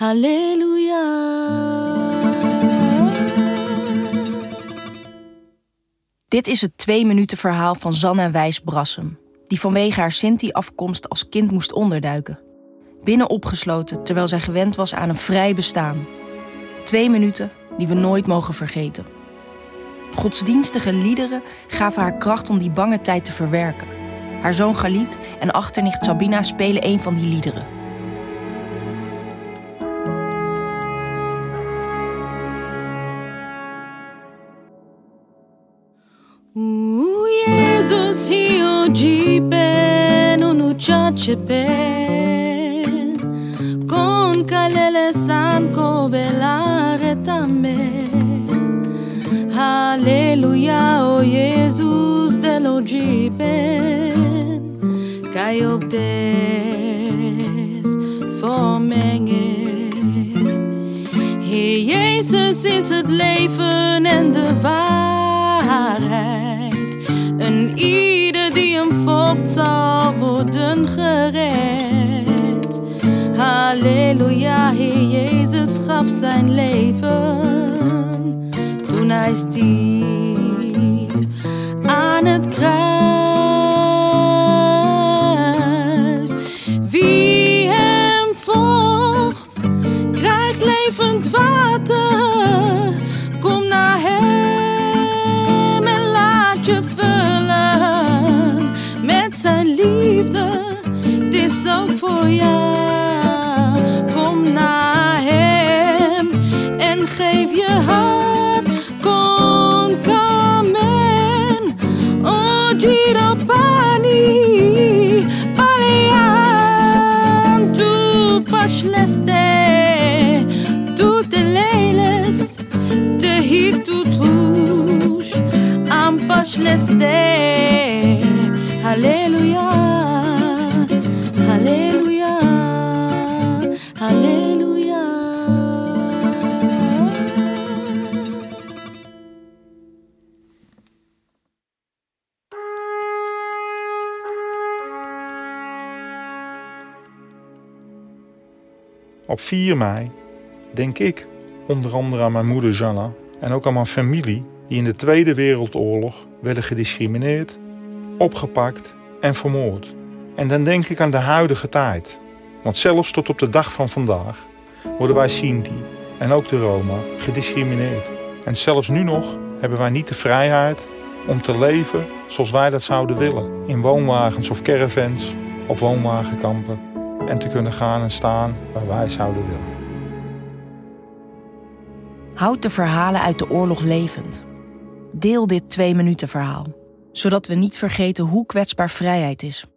Halleluja. Dit is het 2-minuten verhaal van Zanna Wijs-Brassem, die vanwege haar Sinti-afkomst als kind moest onderduiken. Binnen opgesloten, terwijl zij gewend was aan een vrij bestaan. 2 minuten die we nooit mogen vergeten. Godsdienstige liederen gaven haar kracht om die bange tijd te verwerken. Haar zoon Galit en achternicht Sabina spelen een van die liederen. Jezus oggi ben unu ben con kalele sanko belare tambe. Halleluja, o Jezus del oggi ben kai op des vermengen. Heer Jezus is het leven en de waarheid. En ieder die hem volgt zal worden gered. Halleluja, Heer Jezus gaf zijn leven toen hij stierf aan het kruis. Wie hem volgt, krijgt levend water. Kom naar hem en laat je vullen met zijn liefde. Het is ook voor jou. Kom naar hem en geef je hart. Con kamen, oh giro pani, palean tu pashleste, tu te leles, te hitu tush, am pashleste. Halleluja, halleluja, halleluja. Op 4 mei denk ik onder andere aan mijn moeder Janna en ook aan mijn familie die in de Tweede Wereldoorlog werden gediscrimineerd, opgepakt en vermoord. En dan denk ik aan de huidige tijd. Want zelfs tot op de dag van vandaag worden wij Sinti en ook de Roma gediscrimineerd. En zelfs nu nog hebben wij niet de vrijheid om te leven zoals wij dat zouden willen. In woonwagens of caravans, op woonwagenkampen. En te kunnen gaan en staan waar wij zouden willen. Houd de verhalen uit de oorlog levend. Deel dit 2-minuten verhaal, zodat we niet vergeten hoe kwetsbaar vrijheid is.